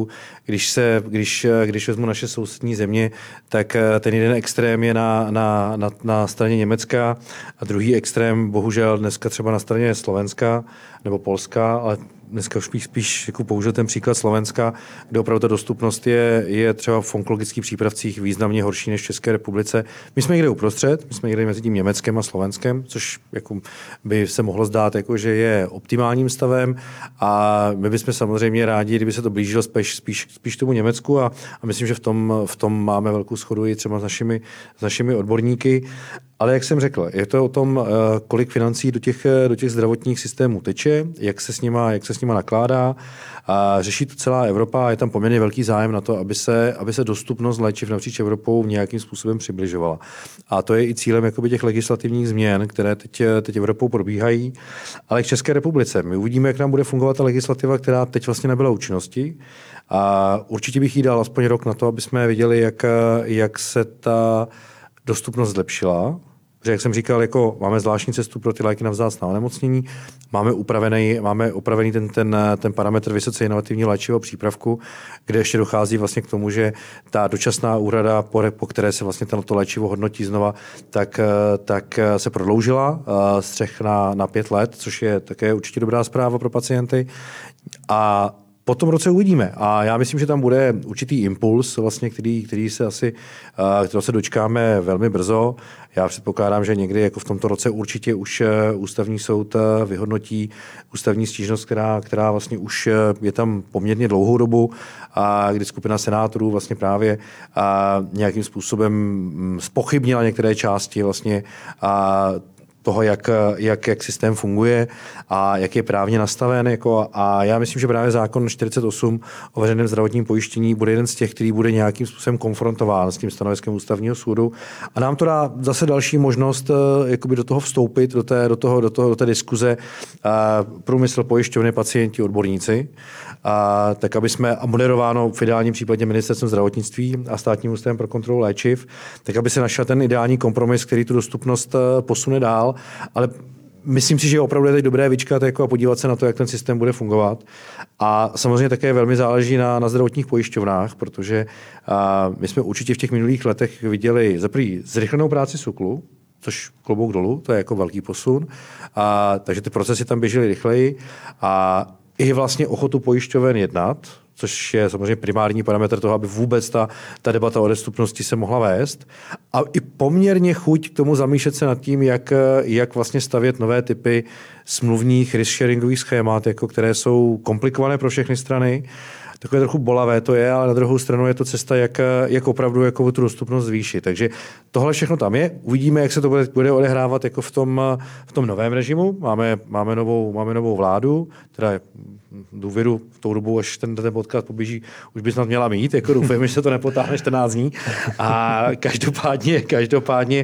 Speaker 3: Když vezmu naše sousední země, tak ten jeden extrém je na straně Německa a druhý extrém bohužel dneska třeba na straně Slovenska nebo Polska, ale dneska už spíš jako použil ten příklad Slovenska, kde opravdu ta dostupnost je třeba v onkologických přípravcích významně horší než v České republice. My jsme někde uprostřed, my jsme někde mezi tím Německem a Slovenskem, což jako by se mohlo zdát, jako, že je optimálním stavem a my bychom samozřejmě rádi, kdyby se to blížilo spíš tomu Německu a myslím, že v tom máme velkou shodu i třeba s našimi odborníky. Ale jak jsem řekl, je to o tom, kolik financí do těch zdravotních systémů teče, jak se s nima nakládá. A řeší to celá Evropa a je tam poměrně velký zájem na to, aby se dostupnost léčiv napříč Evropou nějakým způsobem přibližovala. A to je i cílem jakoby těch legislativních změn, které teď Evropou probíhají. Ale v České republice my uvidíme, jak nám bude fungovat ta legislativa, která teď vlastně nabyla účinnosti. A určitě bych jí dal aspoň rok na to, aby jsme viděli, jak se ta dostupnost zlepšila. Protože jak jsem říkal, jako máme zvláštní cestu pro ty léky na vzácná onemocnění, máme upravený ten parametr vysoce inovativního léčivého přípravku, kde ještě dochází vlastně k tomu, že ta dočasná úhrada, po které se vlastně to léčivo hodnotí znova, tak se prodloužila z 3 na 5 let, což je také určitě dobrá zpráva pro pacienty. A po tom roce uvidíme. A já myslím, že tam bude určitý impuls, vlastně, kterého se dočkáme velmi brzo. Já předpokládám, že někdy jako v tomto roce určitě už ústavní soud vyhodnotí ústavní stížnost, která vlastně už je tam poměrně dlouhou dobu, a kdy skupina senátorů vlastně právě nějakým způsobem zpochybnila některé části vlastně toho, jak systém funguje a jak je právně nastaven. A já myslím, že právě zákon 48 o veřejném zdravotním pojištění bude jeden z těch, který bude nějakým způsobem konfrontován s tím stanoviskem ústavního soudu. A nám to dá zase další možnost jakoby do toho vstoupit, do té diskuze průmysl, pojišťovny, pacienti, odborníci. Tak aby jsme, a moderováno v ideálním případě ministerstvem zdravotnictví a státním ústavem pro kontrolu léčiv, tak aby se našel ten ideální kompromis, který tu dostupnost posune dál, ale myslím si, že opravdu je teď dobré vyčkat a podívat se na to, jak ten systém bude fungovat. A samozřejmě také velmi záleží na zdravotních pojišťovnách, protože my jsme určitě v těch minulých letech viděli za první zrychlenou práci SÚKLu, což klobouk dolů, to je jako velký posun, takže ty procesy tam běžely rychleji a i vlastně ochotu pojišťoven jednat, což je samozřejmě primární parametr toho, aby vůbec ta debata o dostupnosti se mohla vést. A i poměrně chuť k tomu zamýšlet se nad tím, jak vlastně stavět nové typy smluvních risk-sharingových schémat, které jsou komplikované pro všechny strany. Takové trochu bolavé to je, ale na druhou stranu je to cesta, jak opravdu tu dostupnost zvýšit. Takže tohle všechno tam je. Uvidíme, jak se to bude odehrávat jako v tom novém režimu. Máme novou vládu, teda důvěru v tou dobu, až ten podcast poběží, už by snad měla mít. Doufám, že se to nepotáhne 14 dní. A každopádně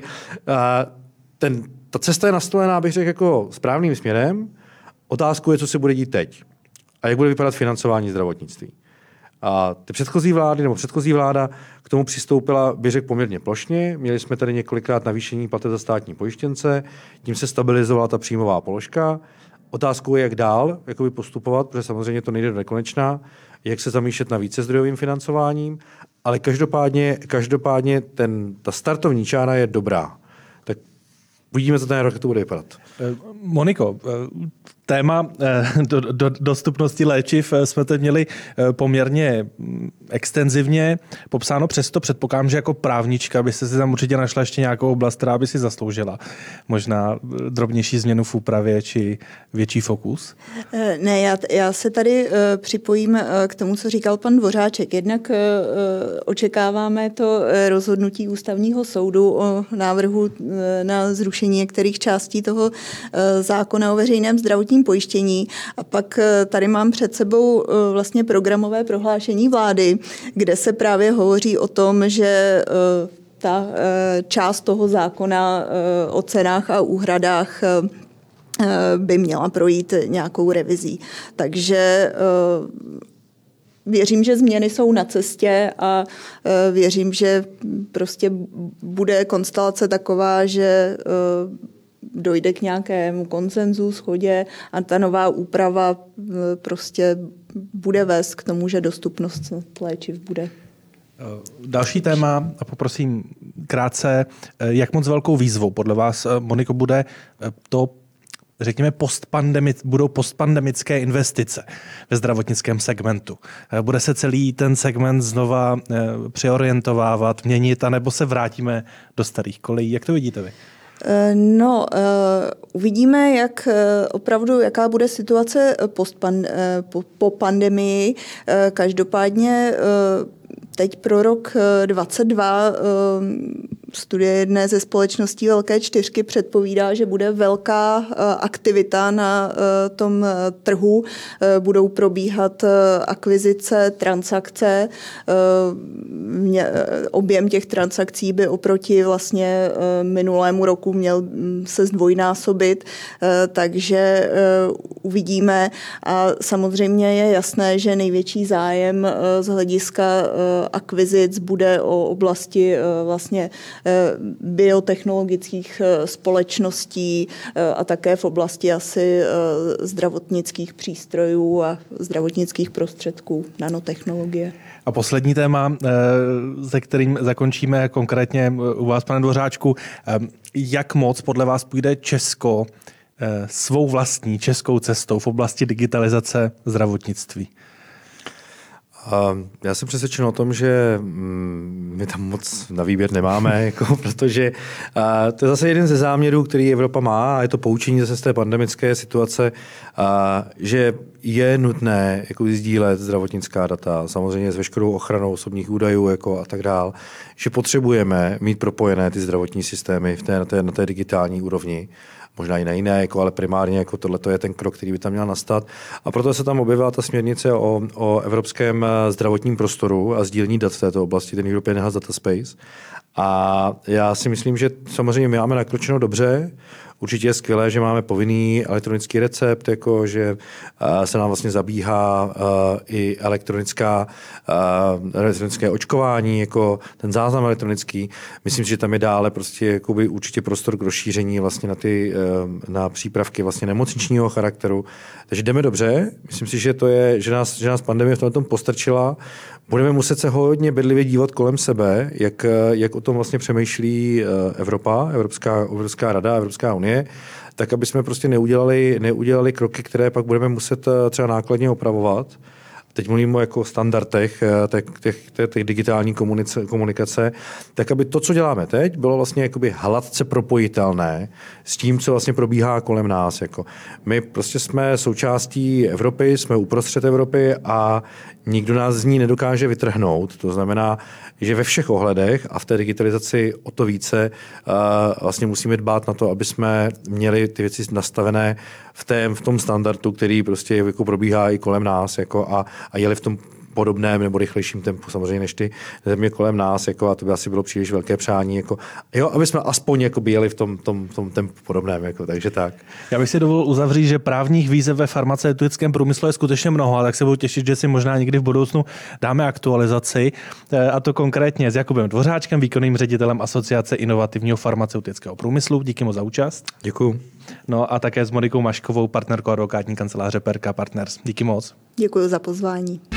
Speaker 3: ta cesta je nastolená, bych řekl, jako správným směrem. Otázkou je, co se bude dít teď. A jak bude vypadat financování zdravotnictví. A ty předchozí vláda k tomu přistoupila, bych řekl, poměrně plošně. Měli jsme tady několikrát navýšení plateb za státní pojištěnce, tím se stabilizovala ta příjmová položka. Otázkou je, jak dál postupovat, protože samozřejmě to nejde do nekonečna, jak se zamýšlet na vícezdrojovým financováním, ale každopádně ta startovní čára je dobrá. Tak uvidíme, co ten rok to bude vypadat.
Speaker 1: Moniko, téma dostupnosti léčiv jsme teď měli poměrně extenzivně popsáno, přesto předpokládám, že jako právnička byste si tam určitě našla ještě nějakou oblast, která by si zasloužila. Možná drobnější změnu v úpravě či větší fokus?
Speaker 2: Ne, já se tady připojím k tomu, co říkal pan Dvořáček. Jednak očekáváme to rozhodnutí ústavního soudu o návrhu na zrušení některých částí toho zákona o veřejném zdravotním pojištění. A pak tady mám před sebou vlastně programové prohlášení vlády, kde se právě hovoří o tom, že ta část toho zákona o cenách a úhradách by měla projít nějakou revizí. Takže věřím, že změny jsou na cestě a věřím, že prostě bude konstelace taková, že dojde k nějakému konsenzu, shodě a ta nová úprava prostě bude vést k tomu, že dostupnost léčiv bude.
Speaker 1: Další téma, a poprosím krátce, jak moc velkou výzvou podle vás, Moniko, bude to, řekněme, budou postpandemické investice ve zdravotnickém segmentu. Bude se celý ten segment znova přeorientovávat, měnit, anebo se vrátíme do starých kolejí? Jak to vidíte vy?
Speaker 2: Uvidíme, jaká bude situace po pandemii. Každopádně teď pro rok 2022 studie jedné ze společností Velké čtyřky předpovídá, že bude velká aktivita na tom trhu. Budou probíhat akvizice, transakce. Objem těch transakcí by oproti vlastně minulému roku měl se zdvojnásobit, takže uvidíme. A samozřejmě je jasné, že největší zájem z hlediska akvizic bude o oblasti vlastně biotechnologických společností a také v oblasti asi zdravotnických přístrojů a zdravotnických prostředků, nanotechnologie.
Speaker 1: A poslední téma, se kterým zakončíme konkrétně u vás, pane Dvořáčku, jak moc podle vás půjde Česko svou vlastní českou cestou v oblasti digitalizace zdravotnictví?
Speaker 3: Já jsem přesvědčen o tom, že my tam moc na výběr nemáme, jako, protože to je zase jeden ze záměrů, který Evropa má, a je to poučení zase z té pandemické situace, že je nutné jako sdílet zdravotnická data, samozřejmě s veškerou ochranou osobních údajů jako a tak dál, že potřebujeme mít propojené ty zdravotní systémy na té digitální úrovni. Možná i na jiné, jako, ale primárně jako tohle je ten krok, který by tam měl nastat. A proto se tam objevila ta směrnice o evropském zdravotním prostoru a sdílení dat v této oblasti, ten European Health Data Space. A já si myslím, že samozřejmě my máme nakročeno dobře. Určitě je skvělé, že máme povinný elektronický recept, jako, že se nám vlastně zabíhá i elektronické očkování, jako ten záznam elektronický. Myslím si, že tam je dále prostě jakoby určitě prostor k rozšíření vlastně na přípravky vlastně nemocničního charakteru. Takže jdeme dobře. Myslím si, že že nás pandemie v tom postrčila. Budeme muset se hodně bedlivě dívat kolem sebe, jak o tom vlastně přemýšlí Evropská rada, Evropská unie, tak aby jsme prostě neudělali kroky, které pak budeme muset třeba nákladně opravovat. Teď mluvím o jako standardech těch digitální komunikace, tak aby to, co děláme teď, bylo vlastně jakoby hladce propojitelné s tím, co vlastně probíhá kolem nás. Jako. My prostě jsme součástí Evropy, jsme uprostřed Evropy a nikdo nás z ní nedokáže vytrhnout. To znamená, že ve všech ohledech a v té digitalizaci o to více vlastně musíme dbát na to, aby jsme měli ty věci nastavené v tom standardu, který prostě jako probíhá i kolem nás jako a jeli v tom podobném nebo rychlejším tempu samozřejmě než ty země kolem nás, jako, a to by asi bylo příliš velké přání, jako, jo, aby jsme aspoň jako jeli v tom tempu podobném, jako, takže tak.
Speaker 1: Já bych si dovolil uzavřít, že právních výzev ve farmaceutickém průmyslu je skutečně mnoho, a tak se budu těšit, že si možná někdy v budoucnu dáme aktualizaci, a to konkrétně s Jakubem Dvořáčkem, výkonným ředitelem Asociace inovativního farmaceutického průmyslu. Díky moc za účast.
Speaker 3: Děkuju.
Speaker 1: No a také s Monikou Maškovou, partnerkou advokátní kanceláře Perka Partners. Díky moc.
Speaker 2: Děkuji za pozvání.